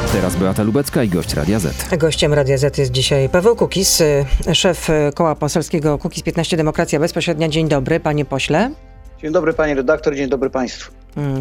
Teraz Beata Lubecka i gość Radia Z. Gościem Radia Z jest dzisiaj Paweł Kukiz, szef Koła Poselskiego Kukiz 15 Demokracja Bezpośrednia. Dzień dobry, panie pośle. Dzień dobry, pani redaktor, dzień dobry państwu.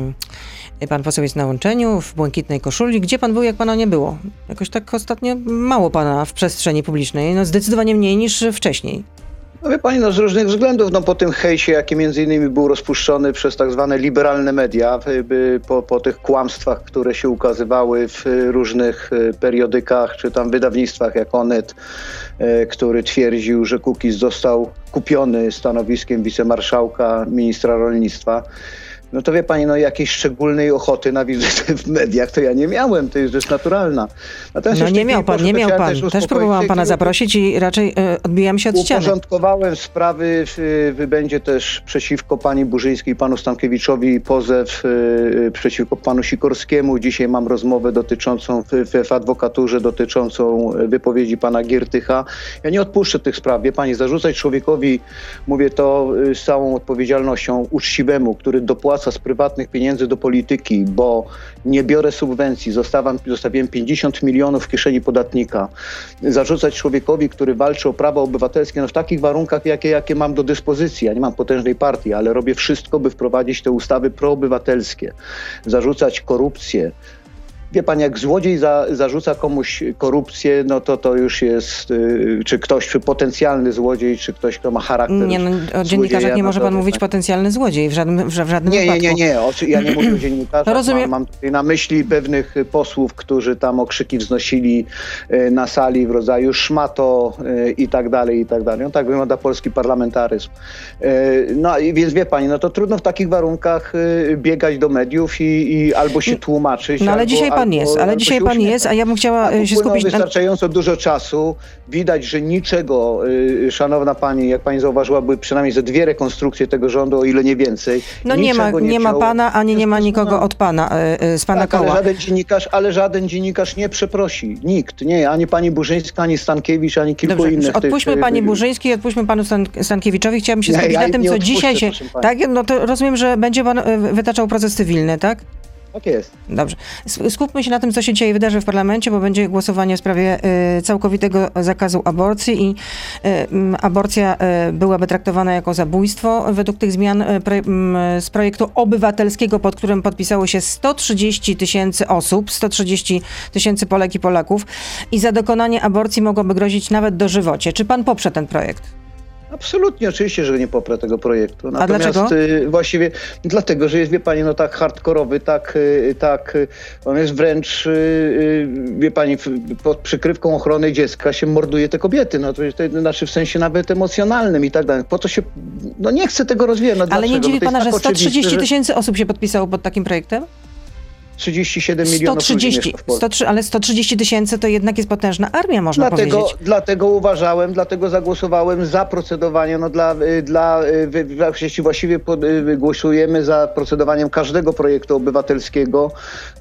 Pan poseł jest na łączeniu, w błękitnej koszuli. Gdzie pan był, jak pana nie było? Jakoś tak ostatnio mało pana w przestrzeni publicznej, zdecydowanie mniej niż wcześniej. No wie pani, z różnych względów, po tym hejsie, jaki między innymi był rozpuszczony przez tak zwane liberalne media, po tych kłamstwach, które się ukazywały w różnych periodykach, czy tam wydawnictwach jak Onet, który twierdził, że Kukiz został kupiony stanowiskiem wicemarszałka, ministra rolnictwa. No to wie pani, jakiejś szczególnej ochoty na wizytę w mediach to ja nie miałem, to jest rzecz naturalna. Natomiast nie miał pan. Też próbowałam pana zaprosić i raczej odbijam się od ściany. Uporządkowałem sprawy, będzie też przeciwko pani Burzyńskiej i panu Stankiewiczowi pozew przeciwko panu Sikorskiemu. Dzisiaj mam rozmowę dotyczącą w adwokaturze, dotyczącą wypowiedzi pana Giertycha. Ja nie odpuszczę tych spraw. Wie pani, zarzucać człowiekowi, mówię to z całą odpowiedzialnością, uczciwemu, który dopłaca z prywatnych pieniędzy do polityki, bo nie biorę subwencji, zostawiłem 50 milionów w kieszeni podatnika. Zarzucać człowiekowi, który walczy o prawa obywatelskie, w takich warunkach, jakie mam do dyspozycji. Ja nie mam potężnej partii, ale robię wszystko, by wprowadzić te ustawy proobywatelskie. Zarzucać korupcję. Wie pan, jak złodziej zarzuca komuś korupcję, to już jest, czy potencjalny złodziej, czy ktoś, kto ma charakter. Nie, o dziennikarzach nie może pan mówić potencjalny złodziej w żadnym wypadku. Nie. Ja nie mówię o dziennikarzach. Rozumiem. Mam tutaj na myśli pewnych posłów, którzy tam okrzyki wznosili na sali w rodzaju szmato i tak dalej, i tak dalej. Tak wygląda polski parlamentaryzm. Więc wie pani, to trudno w takich warunkach biegać do mediów i albo się tłumaczyć, ale dzisiaj pan jest, a ja bym chciała się skupić na... wystarczająco dużo czasu. Widać, że niczego, szanowna pani, jak pani zauważyła, były przynajmniej ze 2 rekonstrukcje tego rządu, o ile nie więcej. Nie ma pana, ani nie ma nikogo od pana, z pana koła. Ale żaden dziennikarz nie przeprosi. Nikt, nie, ani pani Burzyńska, ani Stankiewicz, ani kilku innych. Odpuśćmy pani Burzyńskiej, odpuśćmy panu Stankiewiczowi. Chciałabym się skupić na tym, co dzisiaj się... Tak, to rozumiem, że będzie pan wytaczał proces cywilny, tak? Tak jest. Dobrze. Skupmy się na tym, co się dzisiaj wydarzy w parlamencie, bo będzie głosowanie w sprawie całkowitego zakazu aborcji i aborcja byłaby traktowana jako zabójstwo. Według tych zmian z projektu obywatelskiego, pod którym podpisało się 130 000 osób, 130 000 Polek i Polaków i za dokonanie aborcji mogłoby grozić nawet dożywocie. Czy pan poprze ten projekt? Absolutnie, oczywiście, że nie poprę tego projektu. Natomiast, a dlaczego? Właściwie dlatego, że jest, wie pani, tak hardkorowy, on jest wręcz, wie pani, pod przykrywką ochrony dziecka się morduje te kobiety. W sensie nawet emocjonalnym i tak dalej. Po co się, nie chcę tego rozwijać. Ale nie dziwi pana, że 130 000 osób się podpisało pod takim projektem? 37 milionów ludzi mieszka w Polsce. Ale 130 000 to jednak jest potężna armia, można powiedzieć. Dlatego zagłosowałem za procedowaniem, właściwie głosujemy za procedowaniem każdego projektu obywatelskiego.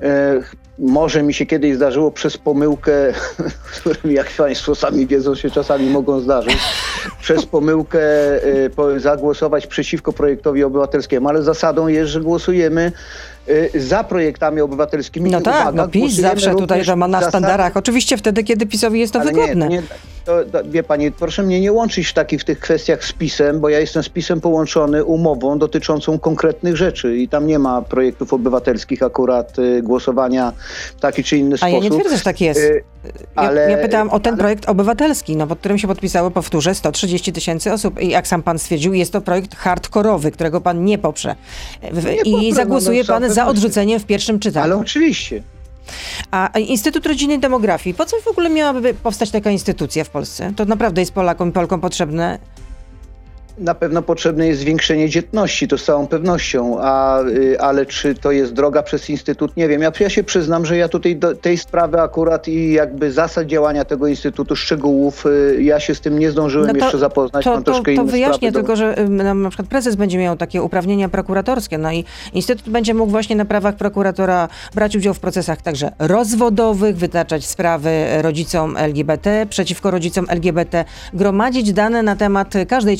Może mi się kiedyś zdarzyło przez pomyłkę, którym, jak państwo sami wiedzą, się czasami mogą zdarzyć, przez pomyłkę zagłosować przeciwko projektowi obywatelskiemu, ale zasadą jest, że głosujemy za projektami obywatelskimi. PiS zawsze tutaj to ma na sztandarach. Oczywiście wtedy, kiedy PiS-owi jest to wygodne. Wie pani, proszę mnie nie łączyć w tych kwestiach z PiS-em, bo ja jestem z PiS-em połączony umową dotyczącą konkretnych rzeczy i tam nie ma projektów obywatelskich akurat głosowania w taki czy inny sposób. A ja nie twierdzę, że tak jest. Ja pytałam o ten projekt obywatelski, pod którym się podpisało, powtórzę, 130 000 osób. I jak sam pan stwierdził, jest to projekt hardkorowy, którego pan nie poprze. Zagłosuje pan za odrzuceniem w pierwszym czytaniu. Ale oczywiście. A Instytut Rodziny i Demografii, po co w ogóle miałaby powstać taka instytucja w Polsce? To naprawdę jest Polakom i Polkom potrzebne? Na pewno potrzebne jest zwiększenie dzietności, to z całą pewnością, ale czy to jest droga przez Instytut? Nie wiem. Ja się przyznam, że ja tutaj do tej sprawy akurat i jakby zasad działania tego Instytutu, szczegółów, ja się z tym nie zdążyłem jeszcze zapoznać. To wyjaśnię tylko, że na przykład prezes będzie miał takie uprawnienia prokuratorskie, i Instytut będzie mógł właśnie na prawach prokuratora brać udział w procesach także rozwodowych, wytaczać sprawy rodzicom LGBT, przeciwko rodzicom LGBT, gromadzić dane na temat każdej ciąży,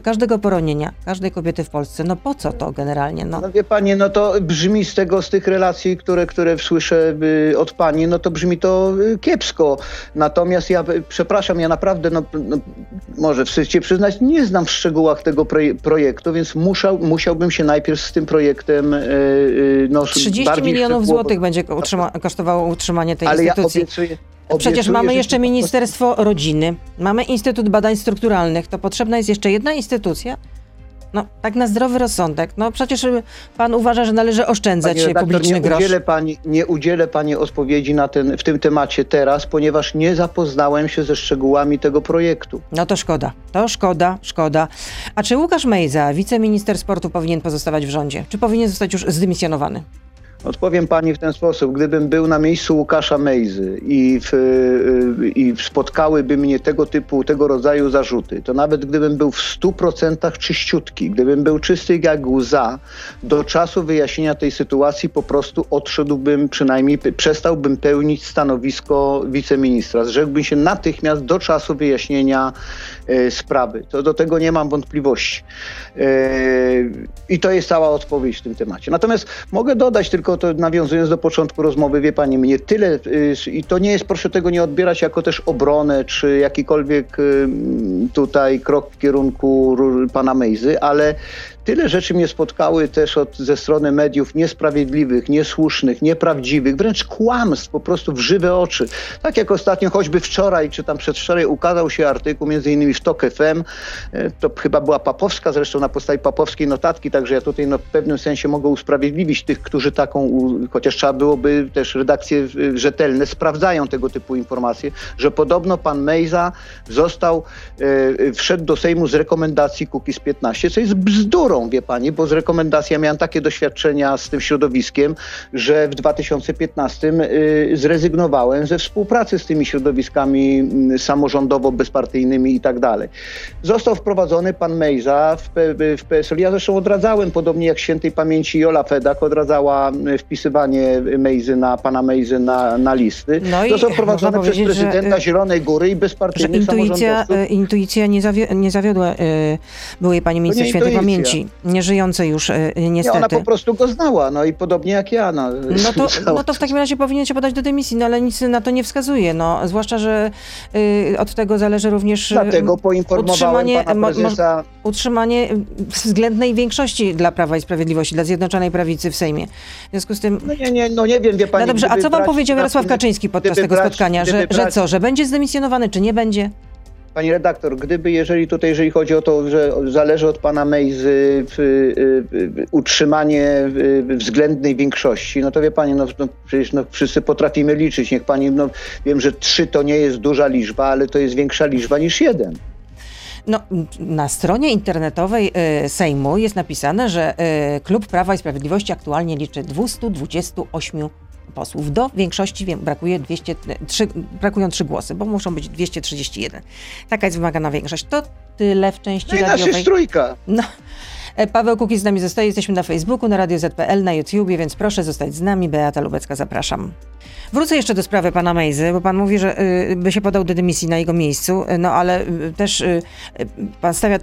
każdego poronienia, każdej kobiety w Polsce. No po co to generalnie? No wie pani, no to brzmi z tych relacji, które słyszę od pani, no to brzmi to kiepsko. Natomiast ja, przepraszam, ja naprawdę, może wstydźcie przyznać, nie znam w szczegółach tego projektu, więc musiałbym się najpierw z tym projektem 30 milionów złotych będzie kosztowało utrzymanie tej instytucji. Przecież mamy jeszcze Ministerstwo Rodziny, mamy Instytut Badań Strukturalnych. To potrzebna jest jeszcze jedna instytucja? No, tak na zdrowy rozsądek. No przecież pan uważa, że należy oszczędzać publiczny grosz. Nie udzielę pani odpowiedzi w tym temacie teraz, ponieważ nie zapoznałem się ze szczegółami tego projektu. No to szkoda. A czy Łukasz Mejza, wiceminister sportu, powinien pozostawać w rządzie? Czy powinien zostać już zdymisjonowany? Odpowiem pani w ten sposób. Gdybym był na miejscu Łukasza Mejzy i spotkałyby mnie tego rodzaju zarzuty, to nawet gdybym był w 100% czyściutki, gdybym był czysty jak łza, do czasu wyjaśnienia tej sytuacji po prostu odszedłbym, przynajmniej przestałbym pełnić stanowisko wiceministra. Zrzekłbym się natychmiast do czasu wyjaśnienia sprawy. To do tego nie mam wątpliwości. I to jest cała odpowiedź w tym temacie. Natomiast mogę dodać tylko, to nawiązując do początku rozmowy, wie pani, mnie tyle, i to nie jest, proszę tego nie odbierać jako też obronę, czy jakikolwiek tutaj krok w kierunku pana Mejzy, ale tyle rzeczy mnie spotkały też ze strony mediów niesprawiedliwych, niesłusznych, nieprawdziwych, wręcz kłamstw po prostu w żywe oczy. Tak jak ostatnio, choćby wczoraj, czy tam przedwczoraj ukazał się artykuł między innymi w TOK FM, to chyba była papowska zresztą, na podstawie papowskiej notatki, także ja tutaj w pewnym sensie mogę usprawiedliwić tych, którzy chociaż trzeba byłoby też redakcje rzetelne, sprawdzają tego typu informacje, że podobno pan Mejza wszedł do Sejmu z rekomendacji Kukiz15, co jest bzdurą, wie pani, bo z rekomendacji ja miałem takie doświadczenia z tym środowiskiem, że w 2015 zrezygnowałem ze współpracy z tymi środowiskami samorządowo-bezpartyjnymi i tak dalej. Został wprowadzony pan Mejza w PSL. Ja zresztą odradzałem, podobnie jak świętej pamięci Jola Fedak odradzała wpisywanie pana Mejzy na listy. No został wprowadzony przez prezydenta Zielonej Góry i bezpartyjnych samorządowców. Intuicja nie zawiodła byłej pani minister świętej pamięci, nieżyjącej już niestety. Nie, ona po prostu go znała, i podobnie jak ja. No to w takim razie powinien się podać do dymisji, ale nic na to nie wskazuje. Zwłaszcza, że od tego zależy również Dlatego poinformowałem pana prezesa. Utrzymanie względnej większości dla Prawa i Sprawiedliwości, dla Zjednoczonej Prawicy w Sejmie. W związku z tym... nie wiem, wie pani. No dobrze, a co wam powiedział Jarosław Kaczyński podczas tego spotkania? Że będzie zdymisjonowany, czy nie będzie? Pani redaktor, jeżeli chodzi o to, że zależy od pana Mejzy utrzymanie względnej większości, no to wie pani, przecież wszyscy potrafimy liczyć. Niech pani, wiem, że 3 to nie jest duża liczba, ale to jest większa liczba niż 1. Na stronie internetowej Sejmu jest napisane, że Klub Prawa i Sprawiedliwości aktualnie liczy 228 posłów. Do większości brakują 3 głosy, bo muszą być 231. Taka jest wymagana większość. To tyle w części radiowej. Nasza jest trójka. Paweł Kukiz z nami zostaje. Jesteśmy na Facebooku, na Radio Z.pl, na YouTubie, więc proszę zostać z nami. Beata Lubecka, zapraszam. Wrócę jeszcze do sprawy pana Mejzy, bo pan mówi, że by się podał do dymisji na jego miejscu, ale też pan stawia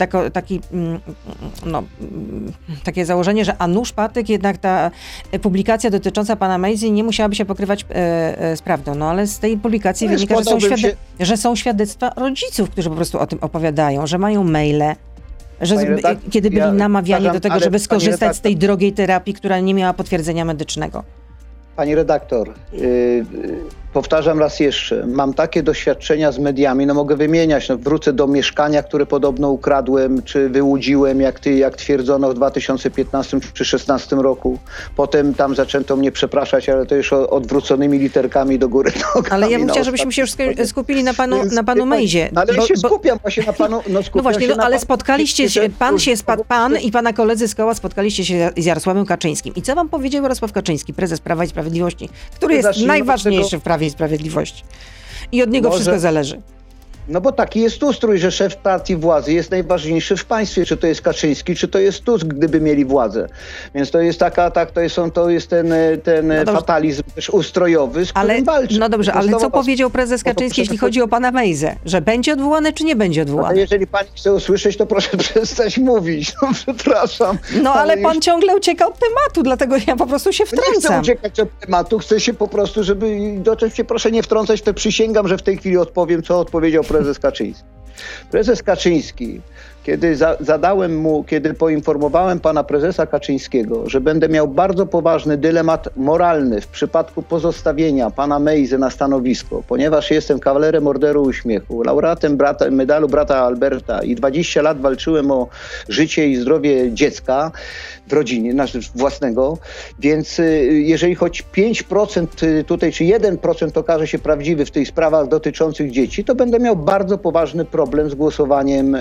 takie założenie, że a nuż patyk, jednak ta publikacja dotycząca pana Mejzy nie musiałaby się pokrywać z prawdą. Ale z tej publikacji wynika, że są świadectwa rodziców, którzy po prostu o tym opowiadają, że mają maile, że kiedy byli namawiani do tego, żeby skorzystać z tej drogiej terapii, która nie miała potwierdzenia medycznego. Pani redaktor, powtarzam raz jeszcze, mam takie doświadczenia z mediami, mogę wymieniać, wrócę do mieszkania, które podobno ukradłem, czy wyłudziłem, jak twierdzono w 2015 czy 2016 roku. Potem tam zaczęto mnie przepraszać, ale to już odwróconymi literkami do góry nogami. Ale ja bym chciała, żebyśmy się już skupili na panu Mejzie. Ale ja się skupiam właśnie na panu. Ale spotkaliście się, pan i pana koledzy z koła spotkaliście się z Jarosławem Kaczyńskim. I co wam powiedział Jarosław Kaczyński, prezes Prawa i Sprawiedliwości, który jest najważniejszy w Prawie i Sprawiedliwości. I od niego wszystko zależy. No bo taki jest ustrój, że szef partii władzy jest najważniejszy w państwie, czy to jest Kaczyński, czy to jest Tusk, gdyby mieli władzę. Więc to jest to jest ten fatalizm też ustrojowy, z którym walczy. No dobrze, ale co powiedział prezes Kaczyński, jeśli chodzi o pana Mejzę? Że będzie odwołany, czy nie będzie odwołany? Ale jeżeli pani chce usłyszeć, to proszę przestać mówić. No przepraszam. No ale pan ciągle ucieka od tematu, dlatego ja po prostu się wtrącam. Nie chcę uciekać od tematu, chcę się po prostu, żeby dotrzeć się, proszę nie wtrącać, to przysięgam, że w tej chwili odpowiem, co odpowiedział prezes Kaczyński. Prezes Kaczyński, kiedy poinformowałem pana prezesa Kaczyńskiego, że będę miał bardzo poważny dylemat moralny w przypadku pozostawienia pana Mejzy na stanowisko, ponieważ jestem kawalerem Orderu Uśmiechu, laureatem medalu brata Alberta i 20 lat walczyłem o życie i zdrowie dziecka w rodzinie, własnego, więc jeżeli choć 5% tutaj, czy 1% okaże się prawdziwy w tych sprawach dotyczących dzieci, to będę miał bardzo poważny problem z głosowaniem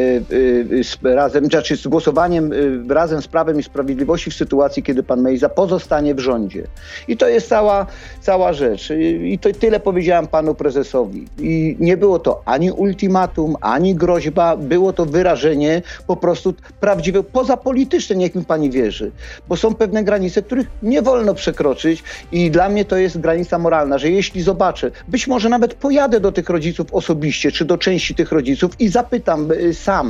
razem z Prawem i Sprawiedliwości w sytuacji, kiedy pan Mejza pozostanie w rządzie. I to jest cała rzecz. I to tyle powiedziałem panu prezesowi. I nie było to ani ultimatum, ani groźba, było to wyrażenie po prostu prawdziwe, pozapolityczne, niech mi pani wierzy. Bo są pewne granice, których nie wolno przekroczyć i dla mnie to jest granica moralna, że jeśli zobaczę, być może nawet pojadę do tych rodziców osobiście, czy do części tych rodziców i zapytam sam,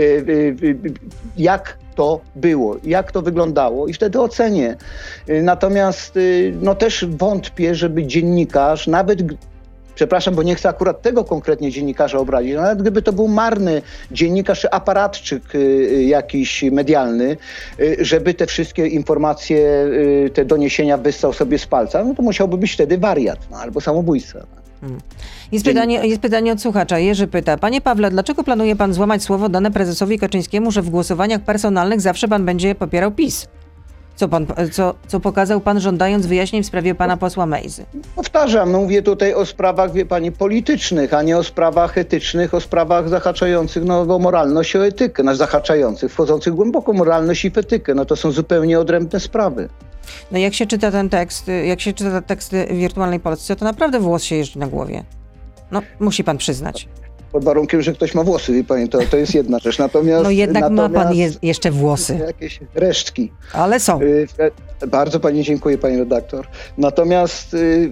jak to było, jak to wyglądało i wtedy ocenię. Natomiast no też wątpię, żeby dziennikarz, przepraszam, bo nie chcę akurat tego konkretnie dziennikarza obrazić, nawet gdyby to był marny dziennikarz czy aparatczyk jakiś medialny, żeby te wszystkie informacje, te doniesienia wyssał sobie z palca, no to musiałby być wtedy wariat, albo samobójca. Jest pytanie od słuchacza. Jerzy pyta: Panie Pawle, dlaczego planuje pan złamać słowo dane prezesowi Kaczyńskiemu, że w głosowaniach personalnych zawsze pan będzie popierał PiS? Co pokazał pan, żądając wyjaśnień w sprawie pana posła Mejzy? Powtarzam, mówię tutaj o sprawach, wie pani, politycznych, a nie o sprawach etycznych, o sprawach zahaczających o moralność, o etykę, zahaczających, wchodzących głęboko moralność i w etykę. No to są zupełnie odrębne sprawy. No jak się czyta ten tekst, jak się czyta teksty w Wirtualnej Polsce, to naprawdę włos się jeży na głowie. No, musi pan przyznać. Pod warunkiem, że ktoś ma włosy, wie pani, to jest jedna rzecz. Natomiast, no jednak ma pan jeszcze włosy. Jakieś resztki. Ale są. Bardzo pani dziękuję, pani redaktor. Natomiast,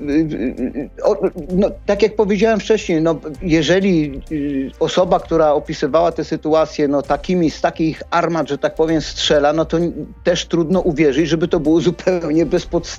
tak jak powiedziałem wcześniej, jeżeli osoba, która opisywała tę sytuację, z takich armat, że tak powiem, strzela, no to też trudno uwierzyć, żeby to było zupełnie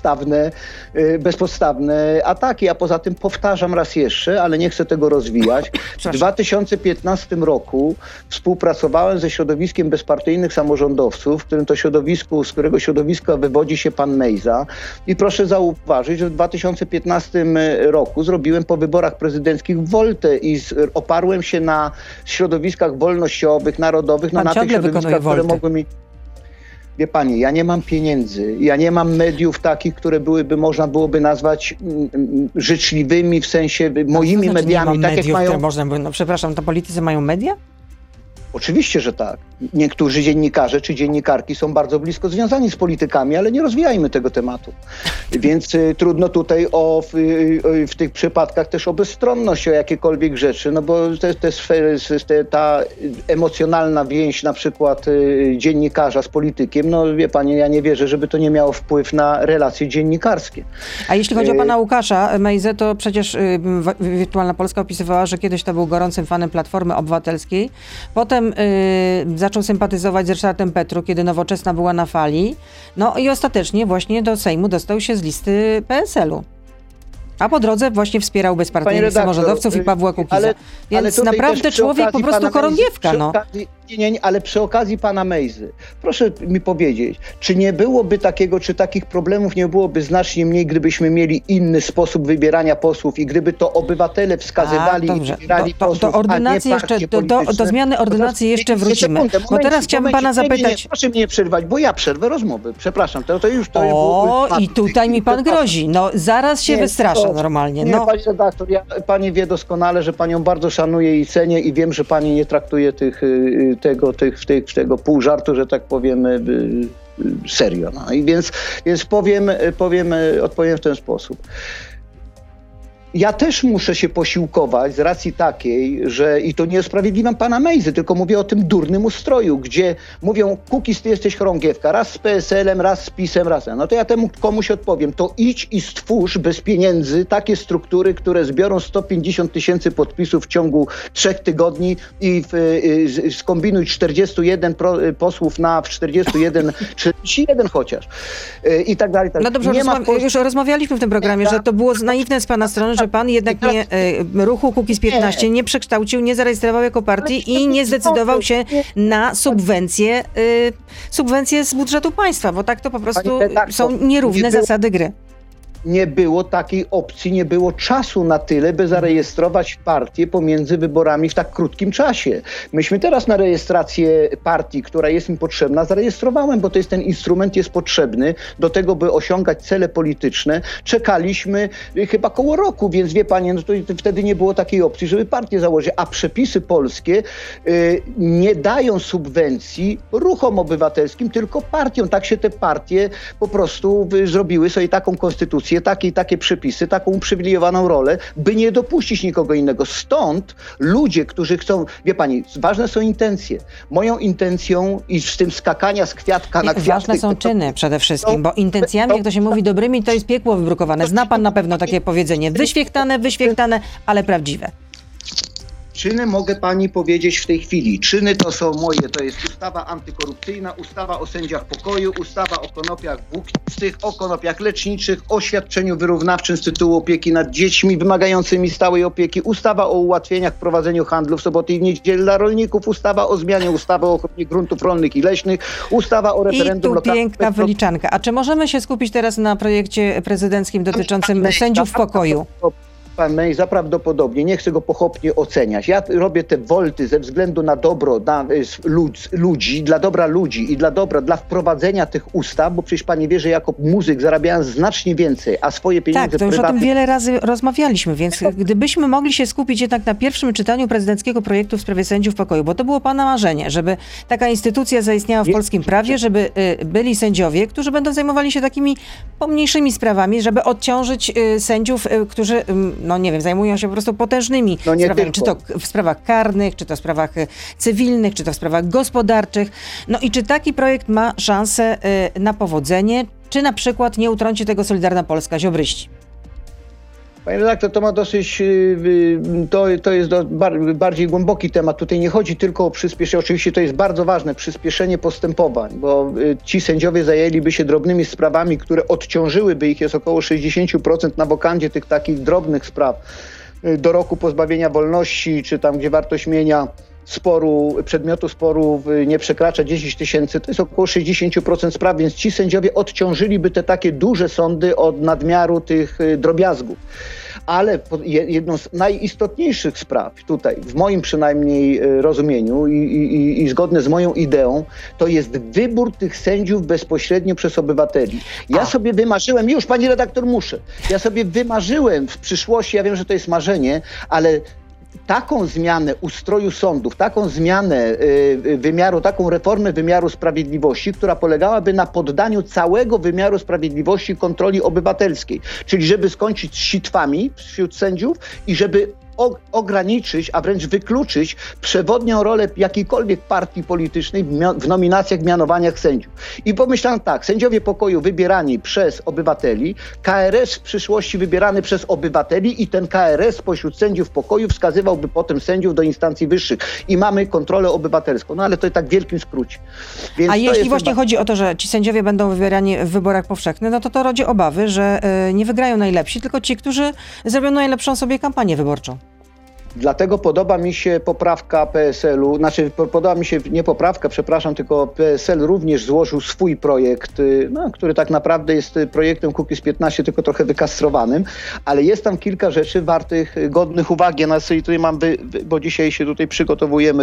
bezpodstawne ataki. A poza tym powtarzam raz jeszcze, ale nie chcę tego rozwijać. W 2015 roku współpracowałem ze środowiskiem bezpartyjnych samorządowców, z którego środowiska wywodzi się pan Mejza. I proszę zauważyć, że w 2015 roku zrobiłem po wyborach prezydenckich woltę i oparłem się na środowiskach wolnościowych, narodowych, na tych środowiskach, które mogły mi... Wie pani, ja nie mam pieniędzy, ja nie mam mediów takich, które można byłoby nazwać życzliwymi, w sensie moimi mediami. Tak mediów, jak mają... przepraszam, to politycy mają media? Oczywiście, że tak. Niektórzy dziennikarze czy dziennikarki są bardzo blisko związani z politykami, ale nie rozwijajmy tego tematu. Więc trudno tutaj w tych przypadkach też o bezstronność, o jakiekolwiek rzeczy, bo ta emocjonalna więź na przykład dziennikarza z politykiem, wie pani, ja nie wierzę, żeby to nie miało wpływ na relacje dziennikarskie. A jeśli chodzi o pana Łukasza Mejzę, to przecież Wirtualna Polska opisywała, że kiedyś to był gorącym fanem Platformy Obywatelskiej. Potem zaczął sympatyzować z Ryszardem Petru, kiedy Nowoczesna była na fali. No i ostatecznie właśnie do Sejmu dostał się z listy PSL-u. A po drodze właśnie wspierał bezpartyjnych samorządowców i Pawła Kukiza. Więc naprawdę człowiek po prostu chorągiewka. Ale przy okazji pana Mejzy, proszę mi powiedzieć, czy nie byłoby takich problemów nie byłoby znacznie mniej, gdybyśmy mieli inny sposób wybierania posłów i gdyby to obywatele wskazywali i wybierali posłów, to ordynacji do zmiany ordynacji jeszcze wrócimy. Bo teraz chciałbym pana zapytać... Proszę mnie nie przerwać, bo ja przerwę rozmowy. Przepraszam, to już to byłoby... i tutaj mi pan grozi. Zaraz się wystraszę normalnie. Pani redaktor, pani wie doskonale, że panią bardzo szanuję i cenię i wiem, że pani nie traktuje tego pół żartu, że tak powiem, serio. I więc odpowiem w ten sposób. Ja też muszę się posiłkować z racji takiej, że i to nie usprawiedliwiam pana Mejzy, tylko mówię o tym durnym ustroju, gdzie mówią, Kukiz, ty jesteś chorągiewka, raz z PSL-em, raz z PiS-em, raz. No to ja temu komuś odpowiem, to idź i stwórz bez pieniędzy takie struktury, które zbiorą 150 000 podpisów w ciągu 3 tygodni i skombinuj 41 posłów na 41, 41 chociaż i tak dalej. No dobrze, już rozmawialiśmy w tym programie, że to było naiwne z pana strony, że pan jednak ruchu Kukiz 15 nie przekształcił, nie zarejestrował jako partii i nie zdecydował się na subwencje z budżetu państwa, bo tak to po prostu są nierówne zasady gry. Nie było takiej opcji, nie było czasu na tyle, by zarejestrować partię pomiędzy wyborami w tak krótkim czasie. Myśmy teraz na rejestrację partii, która jest mi potrzebna, zarejestrowałem, bo to jest ten instrument, jest potrzebny do tego, by osiągać cele polityczne. Czekaliśmy chyba koło roku, więc wie pani, no to wtedy nie było takiej opcji, żeby partię założyć. A przepisy polskie nie dają subwencji ruchom obywatelskim, tylko partiom. Tak się te partie po prostu zrobiły sobie taką konstytucję, takie przepisy, taką uprzywilejowaną rolę, by nie dopuścić nikogo innego. Stąd ludzie, którzy chcą, wie pani, ważne są intencje. Moją intencją i z tym skakania z kwiatka na kwiatek... Ważne są czyny przede wszystkim, bo intencjami, jak to się mówi, dobrymi, to jest piekło wybrukowane. Zna pan na pewno takie powiedzenie. Wyświechtane, ale prawdziwe. Czyny mogę pani powiedzieć w tej chwili. Czyny to są moje, to jest ustawa antykorupcyjna, ustawa o sędziach pokoju, ustawa o konopiach włóknistych, o konopiach leczniczych, o świadczeniu wyrównawczym z tytułu opieki nad dziećmi wymagającymi stałej opieki, ustawa o ułatwieniach w prowadzeniu handlu w soboty i w niedzielę dla rolników, ustawa o zmianie ustawy o ochronie gruntów rolnych i leśnych, ustawa o referendum lokalnym. I tu piękna wyliczanka. A czy możemy się skupić teraz na projekcie prezydenckim dotyczącym sędziów w pokoju? Pan Mejza prawdopodobnie, nie chcę go pochopnie oceniać. Ja robię te wolty ze względu na dobro ludzi, dla dobra ludzi i dla wprowadzenia tych ustaw, bo przecież pani wie, że jako muzyk zarabiałem znacznie więcej, a swoje pieniądze tak, to już o tym wiele razy rozmawialiśmy, więc gdybyśmy mogli się skupić jednak na pierwszym czytaniu prezydenckiego projektu w sprawie sędziów pokoju, bo to było pana marzenie, żeby taka instytucja zaistniała w polskim prawie, żeby byli sędziowie, którzy będą zajmowali się takimi pomniejszymi sprawami, żeby odciążyć sędziów, którzy no nie wiem, zajmują się po prostu potężnymi sprawami, czy to w sprawach karnych, czy to w sprawach cywilnych, czy to w sprawach gospodarczych. No i czy taki projekt ma szansę na powodzenie, czy na przykład nie utrąci tego Solidarna Polska, ziobryści? Panie redaktor, to ma dosyć, to jest bardziej głęboki temat. Tutaj nie chodzi tylko o przyspieszenie, oczywiście to jest bardzo ważne, przyspieszenie postępowań, bo ci sędziowie zajęliby się drobnymi sprawami, które odciążyłyby ich, jest około 60% na wokandzie tych takich drobnych spraw do roku pozbawienia wolności, czy tam, gdzie wartość mienia przedmiotu sporu nie przekracza 10 000, to jest około 60% spraw, więc ci sędziowie odciążyliby te takie duże sądy od nadmiaru tych drobiazgów. Ale jedną z najistotniejszych spraw tutaj, w moim przynajmniej rozumieniu i zgodne z moją ideą, to jest wybór tych sędziów bezpośrednio przez obywateli. Ja sobie wymarzyłem, już pani redaktor ja sobie wymarzyłem w przyszłości, ja wiem, że to jest marzenie, ale taką zmianę ustroju sądów, taką zmianę wymiaru, taką reformę wymiaru sprawiedliwości, która polegałaby na poddaniu całego wymiaru sprawiedliwości kontroli obywatelskiej. Czyli żeby skończyć z sitwami wśród sędziów i żeby ograniczyć, a wręcz wykluczyć przewodnią rolę jakiejkolwiek partii politycznej w nominacjach, mianowaniach sędziów. I pomyślałem tak, sędziowie pokoju wybierani przez obywateli, KRS w przyszłości wybierany przez obywateli i ten KRS spośród sędziów pokoju wskazywałby potem sędziów do instancji wyższych. I mamy kontrolę obywatelską. No ale to jest tak w wielkim skrócie. Więc a jeśli właśnie chodzi o to, że ci sędziowie będą wybierani w wyborach powszechnych, no to rodzi obawy, że nie wygrają najlepsi, tylko ci, którzy zrobią najlepszą sobie kampanię wyborczą. Dlatego podoba mi się poprawka PSL-u, podoba mi się nie poprawka, przepraszam, tylko PSL również złożył swój projekt, który tak naprawdę jest projektem Kukiz 15, tylko trochę wykastrowanym, ale jest tam kilka rzeczy wartych, godnych uwagi. Ja tutaj mam, bo dzisiaj się tutaj przygotowujemy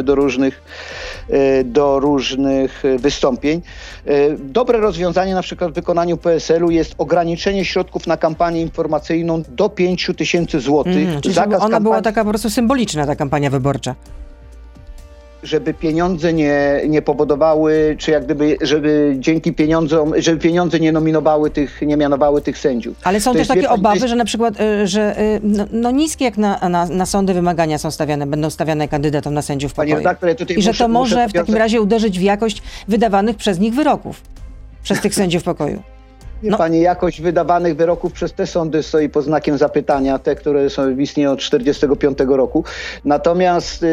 do różnych wystąpień. Dobre rozwiązanie na przykład w wykonaniu PSL-u jest ograniczenie środków na kampanię informacyjną do 5 000 złotych. Czyli ona była taka po prostu symboliczna, ta kampania wyborcza. żeby pieniądze nie powodowały, czy jak gdyby, żeby dzięki pieniądzom, żeby pieniądze nie mianowały tych sędziów. Ale są też takie obawy, że na przykład, że niskie jak na sądy wymagania są stawiane, będą stawiane kandydatom na sędziów pokoju. I że to może w takim razie uderzyć w jakość wydawanych przez nich wyroków, przez tych sędziów pokoju. Pani, jakość wydawanych wyroków przez te sądy stoi pod znakiem zapytania, te, które istnieją od 1945 roku. Natomiast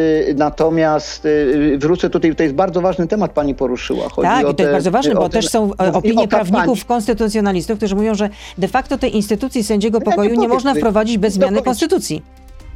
wrócę tutaj, to jest bardzo ważny temat, pani poruszyła. Chodzi i to jest bardzo ważne, bo też są opinie prawników, konstytucjonalistów, którzy mówią, że de facto tej instytucji sędziego pokoju nie można wprowadzić bez zmiany konstytucji.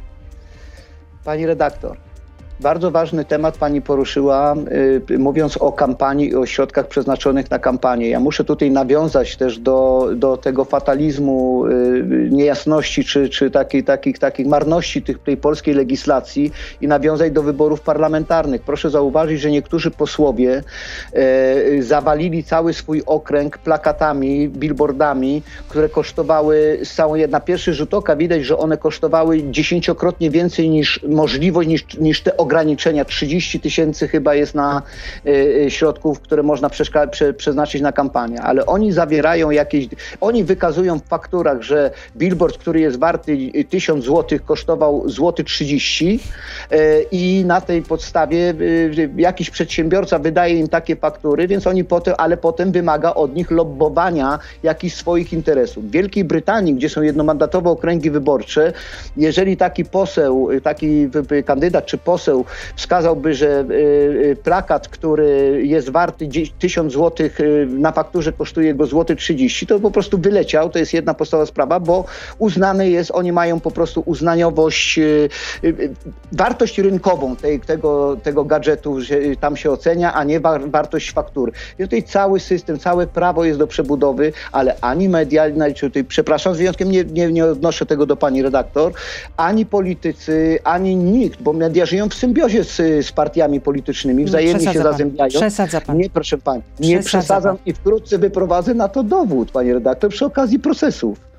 Pani redaktor, bardzo ważny temat pani poruszyła, mówiąc o kampanii i o środkach przeznaczonych na kampanię. Ja muszę tutaj nawiązać też do tego fatalizmu, niejasności czy takich marności tej polskiej legislacji i nawiązać do wyborów parlamentarnych. Proszę zauważyć, że niektórzy posłowie zawalili cały swój okręg plakatami, billboardami, które kosztowały, na pierwszy rzut oka widać, że one kosztowały 10-krotnie więcej niż możliwość, niż te ograniczenia. 30 000 chyba jest na środków, które można przeznaczyć na kampanię, ale oni zawierają oni wykazują w fakturach, że billboard, który jest warty 1000 zł, kosztował złoty 30 i na tej podstawie jakiś przedsiębiorca wydaje im takie faktury, więc oni potem wymaga od nich lobbowania jakichś swoich interesów. W Wielkiej Brytanii, gdzie są jednomandatowe okręgi wyborcze, jeżeli taki poseł, taki kandydat czy poseł wskazałby, że plakat, który jest warty 1000 zł, na fakturze kosztuje go złoty 30, to po prostu wyleciał. To jest jedna podstawowa sprawa, bo uznane jest, oni mają po prostu uznaniowość, wartość rynkową tego gadżetu, że tam się ocenia, a nie wartość faktury. I tutaj cały system, całe prawo jest do przebudowy, ale ani media, przepraszam, z wyjątkiem nie odnoszę tego do pani redaktor, ani politycy, ani nikt, bo media żyją w symbiozie z partiami politycznymi, wzajemnie się zazębiają. Przesadza pan. Nie, proszę pani, nie przesadzam i wkrótce wyprowadzę na to dowód, pani redaktor, przy okazji procesów.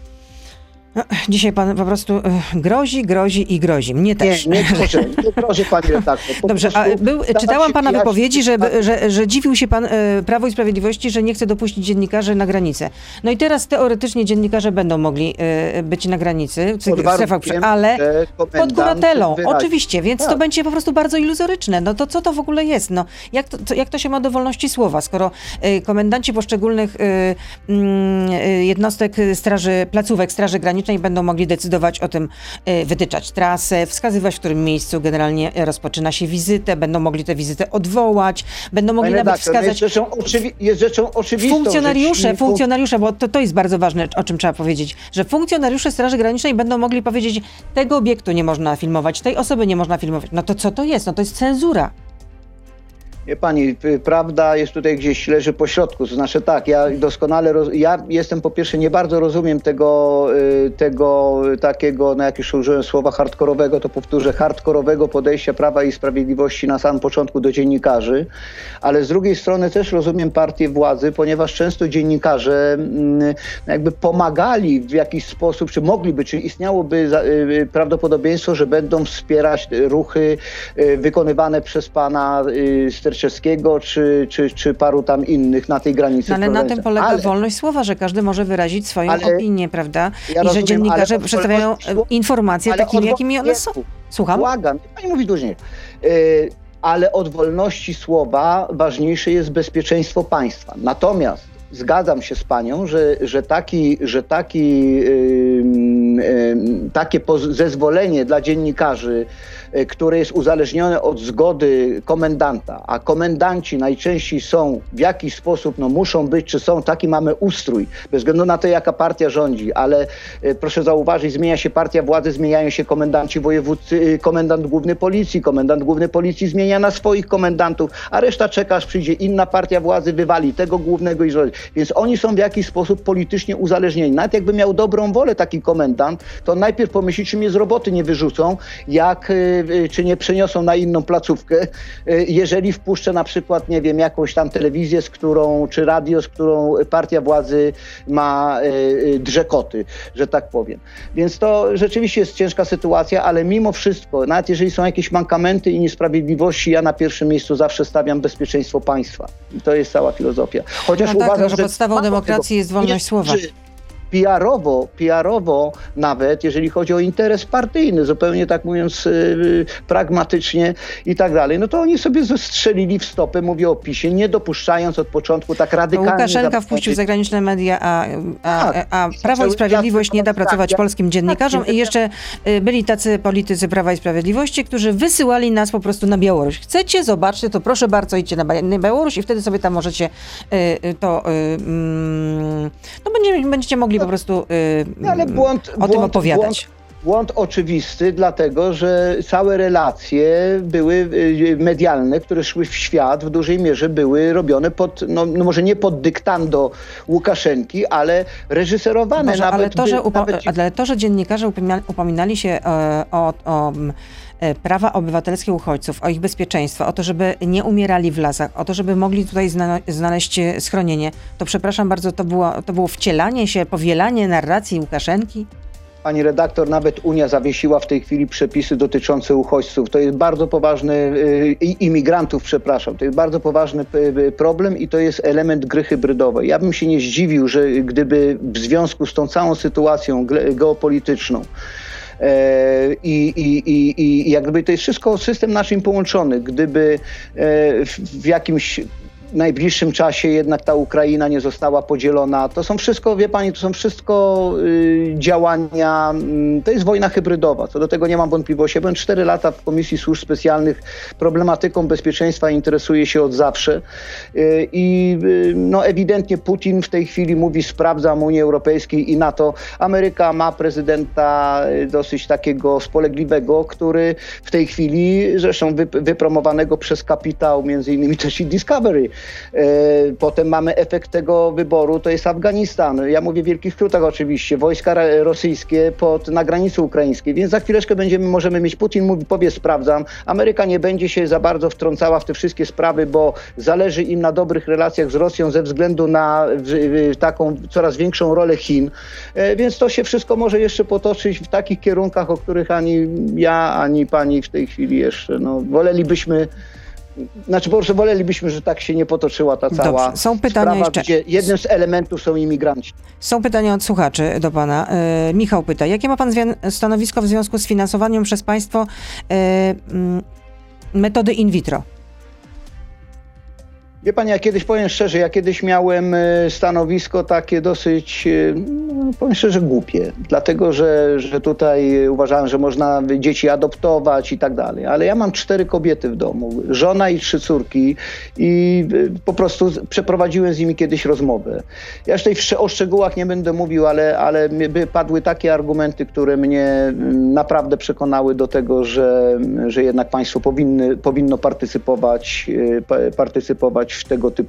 Dzisiaj pan po prostu grozi i grozi. Mnie też. Nie grożę pani redaktor. Dobrze, czytałam pana wypowiedzi, że dziwił się pan Prawo i Sprawiedliwości, że nie chce dopuścić dziennikarzy na granicę. No i teraz teoretycznie dziennikarze będą mogli być na granicy, ale pod kuratelą. Oczywiście, więc to będzie po prostu bardzo iluzoryczne. No to co to w ogóle jest? No, jak to się ma do wolności słowa, skoro komendanci poszczególnych jednostek placówek Straży Granicznej będą mogli decydować o tym, wytyczać trasę, wskazywać, w którym miejscu generalnie rozpoczyna się wizytę, będą mogli tę wizytę odwołać, będą mogli nawet wskazać... Jest rzeczą oczywistą. Funkcjonariusze, bo to jest bardzo ważne, o czym trzeba powiedzieć, że funkcjonariusze Straży Granicznej będą mogli powiedzieć, tego obiektu nie można filmować, tej osoby nie można filmować. No to co to jest? No to jest cenzura. Wie pani, prawda jest tutaj gdzieś, leży po środku. To znaczy tak, ja doskonale, ja jestem po pierwsze, nie bardzo rozumiem tego takiego, no jak już użyłem słowa hardkorowego, to powtórzę, hardkorowego podejścia Prawa i Sprawiedliwości na samym początku do dziennikarzy, ale z drugiej strony też rozumiem partię władzy, ponieważ często dziennikarze jakby pomagali w jakiś sposób, czy mogliby, czy istniałoby prawdopodobieństwo, że będą wspierać ruchy wykonywane przez pana Sterczewskiego, czy paru tam innych na tej granicy. Ale na tym polega wolność słowa, że każdy może wyrazić swoją opinię, prawda? I że dziennikarze przedstawiają informacje takimi, jakimi one są. Słucham? Błagam, pani mówi później. Ale od wolności słowa ważniejsze jest bezpieczeństwo państwa. Natomiast zgadzam się z panią, że takie zezwolenie dla dziennikarzy, które jest uzależnione od zgody komendanta, a komendanci najczęściej są w jakiś sposób, muszą być, czy są, taki mamy ustrój, bez względu na to, jaka partia rządzi, ale proszę zauważyć, zmienia się partia władzy, zmieniają się komendanci wojewódzcy, komendant główny policji zmienia na swoich komendantów, a reszta czeka, aż przyjdzie inna partia władzy, wywali tego głównego i rządzi. Więc oni są w jakiś sposób politycznie uzależnieni. Nawet jakby miał dobrą wolę taki komendant, policjant, to najpierw pomyśli, czy mnie z roboty nie wyrzucą, czy nie przeniosą na inną placówkę, jeżeli wpuszczę na przykład, nie wiem, jakąś tam telewizję, czy radio, z którą partia władzy ma drzekoty, że tak powiem. Więc to rzeczywiście jest ciężka sytuacja, ale mimo wszystko, nawet jeżeli są jakieś mankamenty i niesprawiedliwości, ja na pierwszym miejscu zawsze stawiam bezpieczeństwo państwa. I to jest cała filozofia. Chociaż uważam, że podstawą demokracji jest wolność słowa. PR-owo nawet, jeżeli chodzi o interes partyjny, zupełnie tak mówiąc pragmatycznie i tak dalej, no to oni sobie zestrzelili w stopę, mówię o PiS-ie, nie dopuszczając od początku tak radykalnie... Łukaszenka wpuścił zagraniczne media, a Prawo i Sprawiedliwość nie da pracować polskim dziennikarzom i jeszcze byli tacy politycy Prawa i Sprawiedliwości, którzy wysyłali nas po prostu na Białoruś. Chcecie, zobaczcie, to proszę bardzo, idźcie na Białoruś i wtedy sobie tam możecie będziecie mogli po prostu ale o tym opowiadać. Błąd oczywisty, dlatego że całe relacje były medialne, które szły w świat, w dużej mierze były robione może nie pod dyktando Łukaszenki, ale reżyserowane. Ale to, że dziennikarze upominali się o prawa obywatelskie uchodźców, o ich bezpieczeństwo, o to, żeby nie umierali w lasach, o to, żeby mogli tutaj znaleźć schronienie, to przepraszam bardzo, to było wcielanie się, powielanie narracji Łukaszenki? Pani redaktor, nawet Unia zawiesiła w tej chwili przepisy dotyczące uchodźców. To jest bardzo poważny, imigrantów, przepraszam, to jest bardzo poważny problem i to jest element gry hybrydowej. Ja bym się nie zdziwił, że gdyby w związku z tą całą sytuacją geopolityczną i jak gdyby to jest wszystko system nasz połączony, gdyby w jakimś najbliższym czasie jednak ta Ukraina nie została podzielona. To są wszystko, wie pani, to są wszystko działania, to jest wojna hybrydowa, co do tego nie mam wątpliwości. Ja byłem 4 lata w Komisji Służb Specjalnych, problematyką bezpieczeństwa interesuję się od zawsze i ewidentnie Putin w tej chwili mówi, sprawdzam Unię Europejską i NATO. Ameryka ma prezydenta dosyć takiego spolegliwego, który w tej chwili, zresztą wypromowanego przez kapitał, między innymi też i Discovery. Potem mamy efekt tego wyboru, to jest Afganistan. Ja mówię w wielkich skrótach oczywiście, wojska rosyjskie na granicy ukraińskiej, więc za chwileczkę możemy mieć, Putin powie sprawdzam, Ameryka nie będzie się za bardzo wtrącała w te wszystkie sprawy, bo zależy im na dobrych relacjach z Rosją ze względu na taką coraz większą rolę Chin, więc to się wszystko może jeszcze potoczyć w takich kierunkach, o których ani ja, ani pani w tej chwili jeszcze, wolelibyśmy, że tak się nie potoczyła ta cała sprawa, gdzie jednym z elementów są imigranci. Są pytania od słuchaczy do pana. Michał pyta, jakie ma pan stanowisko w związku z finansowaniem przez państwo metody in vitro? Wie pani, powiem szczerze, ja kiedyś miałem stanowisko takie dosyć, powiem szczerze, głupie. Dlatego, że tutaj uważałem, że można dzieci adoptować i tak dalej. Ale ja mam 4 kobiety w domu, żona i 3 córki i po prostu przeprowadziłem z nimi kiedyś rozmowę. Ja już tutaj o szczegółach nie będę mówił, ale padły takie argumenty, które mnie naprawdę przekonały do tego, że jednak państwo powinno partycypować w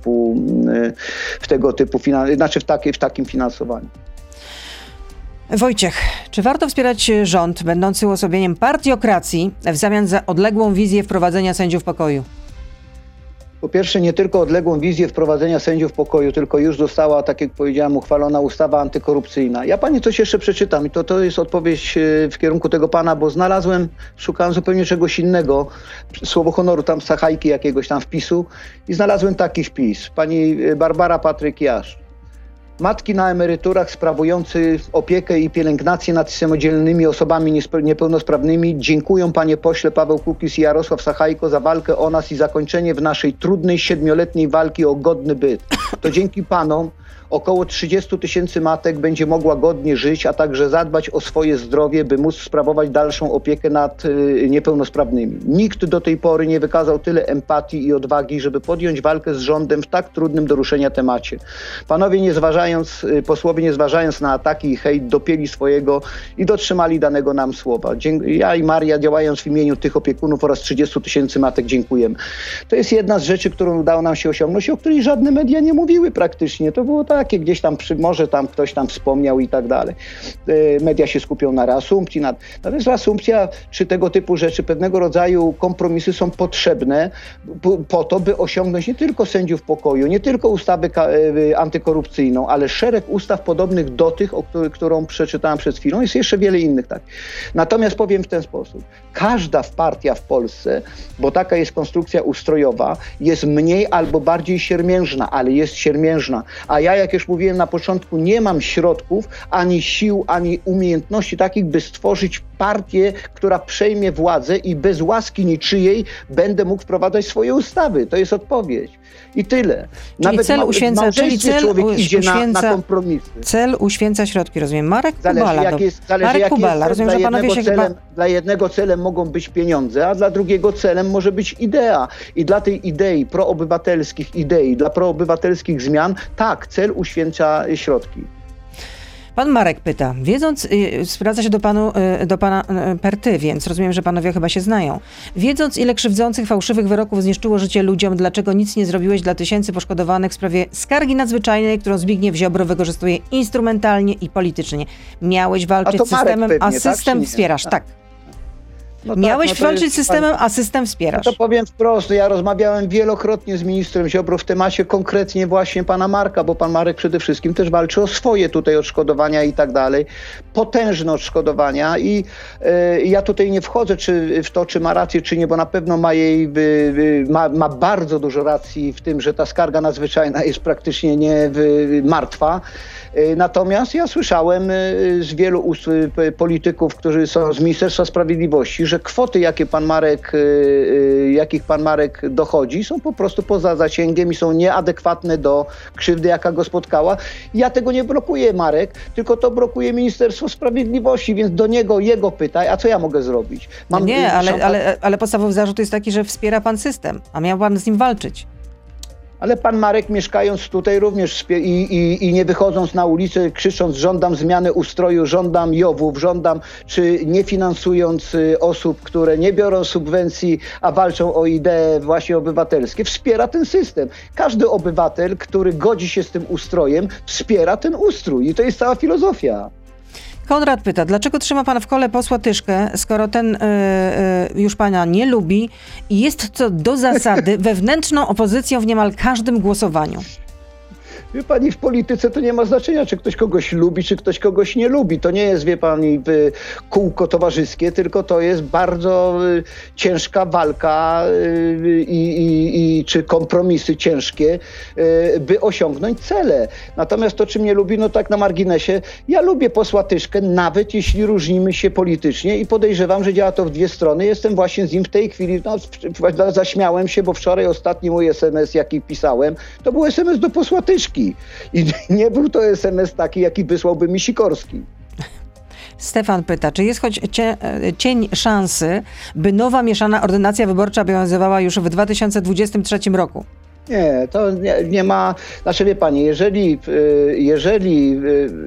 takim finansowaniu. Wojciech, czy warto wspierać rząd będący uosobieniem partiokracji w zamian za odległą wizję wprowadzenia sędziów pokoju? Po pierwsze, nie tylko odległą wizję wprowadzenia sędziów pokoju, tylko już została, tak jak powiedziałem, uchwalona ustawa antykorupcyjna. Ja pani coś jeszcze przeczytam i to jest odpowiedź w kierunku tego pana, bo szukałem zupełnie czegoś innego, słowo honoru, tam Sachajki jakiegoś tam wpisu i znalazłem taki wpis. Pani Barbara Patryk-Jasz. Matki na emeryturach sprawujące opiekę i pielęgnację nad samodzielnymi osobami niepełnosprawnymi dziękują panie pośle Paweł Kukiz i Jarosław Sachajko za walkę o nas i zakończenie w naszej trudnej 7-letniej walki o godny byt. To dzięki panom około 30 000 matek będzie mogła godnie żyć, a także zadbać o swoje zdrowie, by móc sprawować dalszą opiekę nad niepełnosprawnymi. Nikt do tej pory nie wykazał tyle empatii i odwagi, żeby podjąć walkę z rządem w tak trudnym do ruszenia temacie. Posłowie nie zważając na ataki i hejt, dopięli swojego i dotrzymali danego nam słowa. Ja i Maria, działając w imieniu tych opiekunów oraz 30 000 matek, dziękujemy. To jest jedna z rzeczy, którą udało nam się osiągnąć, o której żadne media nie mówiły praktycznie. To było tak, takie gdzieś tam, może tam ktoś tam wspomniał i tak dalej. Media się skupią na reasumpcji. Natomiast reasumpcja czy tego typu rzeczy, pewnego rodzaju kompromisy są potrzebne po to, by osiągnąć nie tylko sędziów pokoju, nie tylko ustawę antykorupcyjną, ale szereg ustaw podobnych do tych, którą przeczytałem przed chwilą. Jest jeszcze wiele innych tak. Natomiast powiem w ten sposób. Każda partia w Polsce, bo taka jest konstrukcja ustrojowa, jest mniej albo bardziej siermiężna, ale jest siermiężna. A ja, jak już mówiłem na początku, nie mam środków, ani sił, ani umiejętności takich, by stworzyć partię, która przejmie władzę i bez łaski niczyjej będę mógł wprowadzać swoje ustawy. To jest odpowiedź. I tyle. Czyli cel uświęca, człowiek idzie na kompromisy. Cel uświęca środki, rozumiem. Marek Kubala. Marek Kubala. Rozumiem, że panowie się chyba... Dla jednego celem mogą być pieniądze, a dla drugiego celem może być idea. I dla tej idei, proobywatelskich idei, dla proobywatelskich zmian, tak, cel uświęca środki. Pan Marek pyta, zwraca się do pana Perty, więc rozumiem, że panowie chyba się znają. Wiedząc, ile krzywdzących, fałszywych wyroków zniszczyło życie ludziom, dlaczego nic nie zrobiłeś dla tysięcy poszkodowanych w sprawie skargi nadzwyczajnej, którą Zbigniew Ziobro wykorzystuje instrumentalnie i politycznie? Miałeś walczyć z systemem, a system wspierasz. Tak. Miałeś walczyć z systemem, a system wspierasz. No to powiem wprost, ja rozmawiałem wielokrotnie z ministrem Ziobro w temacie konkretnie właśnie pana Marka, bo pan Marek przede wszystkim też walczy o swoje tutaj odszkodowania i tak dalej. Potężne odszkodowania i ja tutaj nie wchodzę w to, czy ma rację, czy nie, bo na pewno ma bardzo dużo racji w tym, że ta skarga nadzwyczajna jest praktycznie martwa. Natomiast ja słyszałem z wielu ust polityków, którzy są z Ministerstwa Sprawiedliwości, że kwoty, jakich pan Marek dochodzi, są po prostu poza zasięgiem i są nieadekwatne do krzywdy, jaka go spotkała. Ja tego nie blokuję, Marek, tylko to blokuje Ministerstwo Sprawiedliwości, więc do niego, jego pytaj, a co ja mogę zrobić? Ale podstawowy zarzut jest taki, że wspiera pan system, a miał pan z nim walczyć. Ale pan Marek, mieszkając tutaj również i nie wychodząc na ulicę, krzycząc: żądam zmiany ustroju, żądam JOW-ów, czy nie finansując osób, które nie biorą subwencji, a walczą o idee właśnie obywatelskie, wspiera ten system. Każdy obywatel, który godzi się z tym ustrojem, wspiera ten ustrój i to jest cała filozofia. Konrad pyta, dlaczego trzyma pan w kole posła Tyszkę, skoro ten już pana nie lubi i jest co do zasady wewnętrzną opozycją w niemal każdym głosowaniu? Wie pani, w polityce to nie ma znaczenia, czy ktoś kogoś lubi, czy ktoś kogoś nie lubi. To nie jest, wie pani, kółko towarzyskie, tylko to jest bardzo ciężka walka czy kompromisy ciężkie, by osiągnąć cele. Natomiast to, czy mnie lubi, no tak na marginesie, ja lubię posła Tyszkę, nawet jeśli różnimy się politycznie i podejrzewam, że działa to w dwie strony. Jestem właśnie z nim w tej chwili, zaśmiałem się, bo wczoraj ostatni mój SMS, jaki pisałem, to był SMS do posła Tyszki. I nie był to SMS taki, jaki wysłałby mi Sikorski. Stefan pyta, czy jest choć cień szansy, by nowa mieszana ordynacja wyborcza obowiązywała już w 2023 roku? Nie, to nie ma... Znaczy, wie pani, jeżeli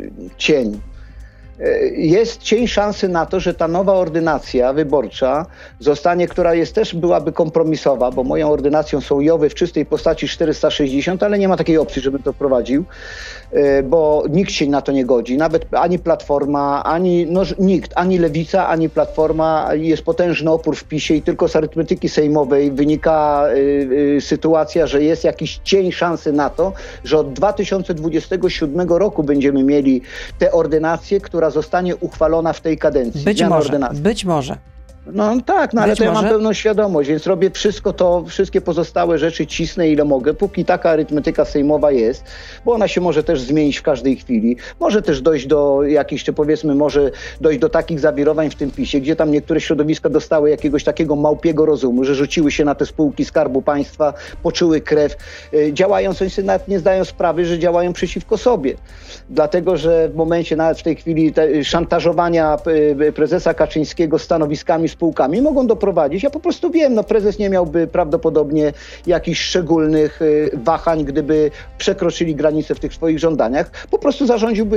jest cień szansy na to, że ta nowa ordynacja wyborcza zostanie, która byłaby kompromisowa, bo moją ordynacją są JOW-y w czystej postaci 460, ale nie ma takiej opcji, żebym to wprowadził, bo nikt się na to nie godzi, nawet ani Platforma, nikt, ani Lewica, ani Platforma. Jest potężny opór w PiS-ie i tylko z arytmetyki sejmowej wynika sytuacja, że jest jakiś cień szansy na to, że od 2027 roku będziemy mieli tę ordynację, która zostanie uchwalona w tej kadencji. Być może. No tak, ale to ja mam pełną świadomość, więc robię wszystkie pozostałe rzeczy cisnę ile mogę, póki taka arytmetyka sejmowa jest, bo ona się może też zmienić w każdej chwili. Może też dojść do jakichś, czy powiedzmy, może dojść do takich zawirowań w tym PiS-ie, gdzie tam niektóre środowiska dostały jakiegoś takiego małpiego rozumu, że rzuciły się na te spółki Skarbu Państwa, poczuły krew, działając, oni sobie nawet nie zdają sprawy, że działają przeciwko sobie. Dlatego, że w momencie nawet w tej chwili szantażowania prezesa Kaczyńskiego stanowiskami spółkami mogą doprowadzić, ja po prostu wiem, prezes nie miałby prawdopodobnie jakichś szczególnych wahań, gdyby przekroczyli granice w tych swoich żądaniach, po prostu zarządziłby,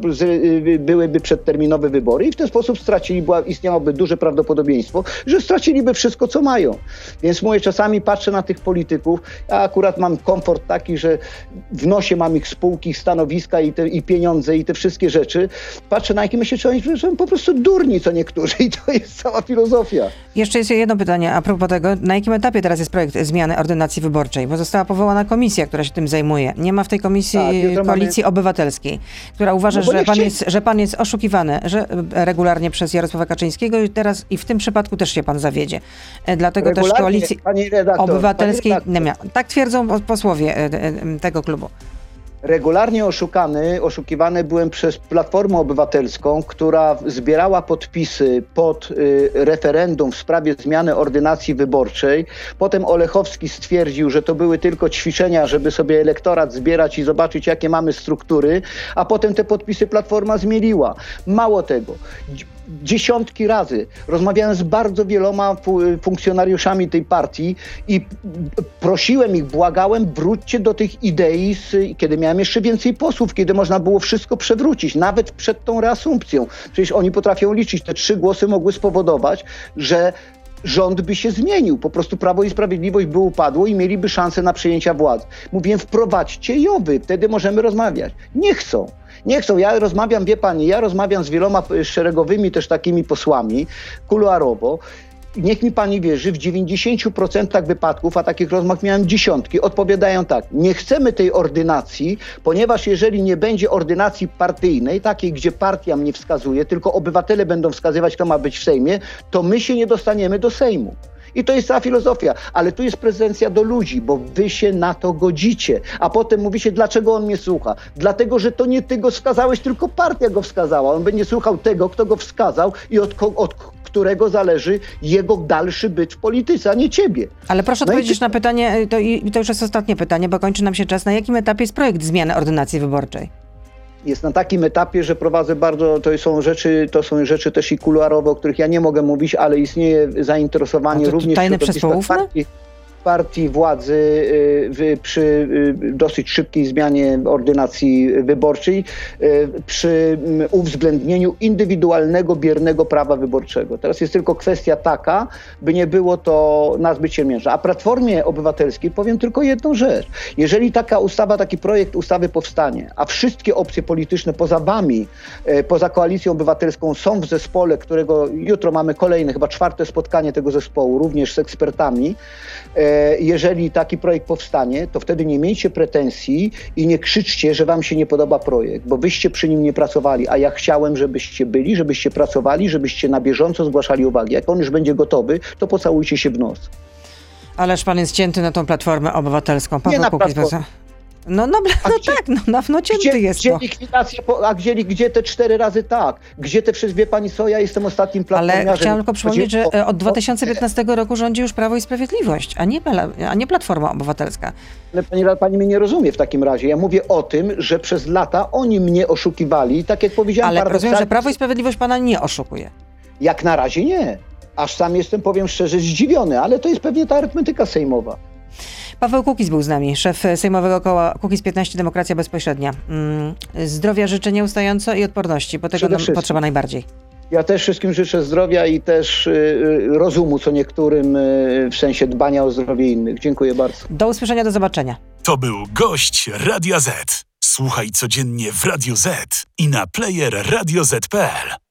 byłyby przedterminowe wybory i w ten sposób istniałoby duże prawdopodobieństwo, że straciliby wszystko, co mają. Więc mówię, czasami patrzę na tych polityków, ja akurat mam komfort taki, że w nosie mam ich spółki, ich stanowiska i pieniądze i te wszystkie rzeczy. Patrzę na nich i myślę, że są po prostu durni co niektórzy i to jest cała filozofia. Jeszcze jest jedno pytanie a propos tego, na jakim etapie teraz jest projekt zmiany ordynacji wyborczej, bo została powołana komisja, która się tym zajmuje. Nie ma w tej komisji Koalicji Obywatelskiej, która uważa, że pan jest oszukiwany regularnie przez Jarosława Kaczyńskiego i w tym przypadku też się pan zawiedzie. Dlatego też Koalicji Obywatelskiej nie miała. Tak twierdzą posłowie tego klubu. Regularnie oszukiwany byłem przez Platformę Obywatelską, która zbierała podpisy pod referendum w sprawie zmiany ordynacji wyborczej. Potem Olechowski stwierdził, że to były tylko ćwiczenia, żeby sobie elektorat zbierać i zobaczyć, jakie mamy struktury, a potem te podpisy Platforma zmieniła. Mało tego. Dziesiątki razy rozmawiałem z bardzo wieloma funkcjonariuszami tej partii i prosiłem ich, błagałem, wróćcie do tych idei, kiedy miałem jeszcze więcej posłów, kiedy można było wszystko przewrócić, nawet przed tą reasumpcją. Przecież oni potrafią liczyć. Te 3 głosy mogły spowodować, że rząd by się zmienił. Po prostu Prawo i Sprawiedliwość by upadło i mieliby szansę na przejęcia władzy. Mówiłem, wprowadźcie JOW-y, wtedy możemy rozmawiać. Nie chcą. Ja rozmawiam, wie pani, z wieloma szeregowymi też takimi posłami, kuluarowo. Niech mi pani wierzy, w 90% wypadków, a takich rozmów miałem dziesiątki, odpowiadają tak: nie chcemy tej ordynacji, ponieważ jeżeli nie będzie ordynacji partyjnej, takiej, gdzie partia mnie wskazuje, tylko obywatele będą wskazywać, kto ma być w Sejmie, to my się nie dostaniemy do Sejmu. I to jest cała filozofia, ale tu jest prezencja do ludzi, bo wy się na to godzicie. A potem mówicie, dlaczego on mnie słucha? Dlatego, że to nie ty go wskazałeś, tylko partia go wskazała. On będzie słuchał tego, kto go wskazał i od którego zależy jego dalszy byt w polityce, a nie ciebie. Ale proszę odpowiedzieć na pytanie, to już jest ostatnie pytanie, bo kończy nam się czas. Na jakim etapie jest projekt zmiany ordynacji wyborczej? Jest na takim etapie, że prowadzę to są rzeczy też i kuluarowe, o których ja nie mogę mówić, ale istnieje zainteresowanie również tajne przesłówne? Partii władzy przy dosyć szybkiej zmianie ordynacji wyborczej, przy uwzględnieniu indywidualnego, biernego prawa wyborczego. Teraz jest tylko kwestia taka, by nie było to nazbyt ciemiężne. A Platformie Obywatelskiej powiem tylko jedną rzecz. Jeżeli taki projekt ustawy powstanie, a wszystkie opcje polityczne poza wami, poza Koalicją Obywatelską są w zespole, którego jutro mamy kolejne, chyba 4. spotkanie tego zespołu, również z ekspertami, jeżeli taki projekt powstanie, to wtedy nie miejcie pretensji i nie krzyczcie, że wam się nie podoba projekt, bo wyście przy nim nie pracowali, a ja chciałem, żebyście byli, żebyście pracowali, żebyście na bieżąco zgłaszali uwagi. Jak on już będzie gotowy, to pocałujcie się w nos. Ależ pan jest cięty na tą Platformę Obywatelską. Paweł Kukiz. Cięty jest. Gdzie likwidacja, gdzie te 4 razy tak? Gdzie te wszystkie, wie pani co, ja jestem ostatnim platformiarzem. Ale chciałam tylko przypomnieć, że od 2015 roku rządzi już Prawo i Sprawiedliwość, a nie Platforma Obywatelska. Ale pani mnie nie rozumie w takim razie. Ja mówię o tym, że przez lata oni mnie oszukiwali, tak jak powiedziałem. Ale rozumiem, że Prawo i Sprawiedliwość pana nie oszukuje. Jak na razie nie. Aż sam jestem, powiem szczerze, zdziwiony, ale to jest pewnie ta arytmetyka sejmowa. Paweł Kukiz był z nami, szef sejmowego koła Kukiz15 Demokracja Bezpośrednia. Zdrowia życzę nieustająco i odporności, bo tego nam potrzeba najbardziej. Ja też wszystkim życzę zdrowia i też rozumu co niektórym w sensie dbania o zdrowie innych. Dziękuję bardzo. Do usłyszenia, do zobaczenia. To był gość Radia Z. Słuchaj codziennie w Radio Z i na player radioz.pl.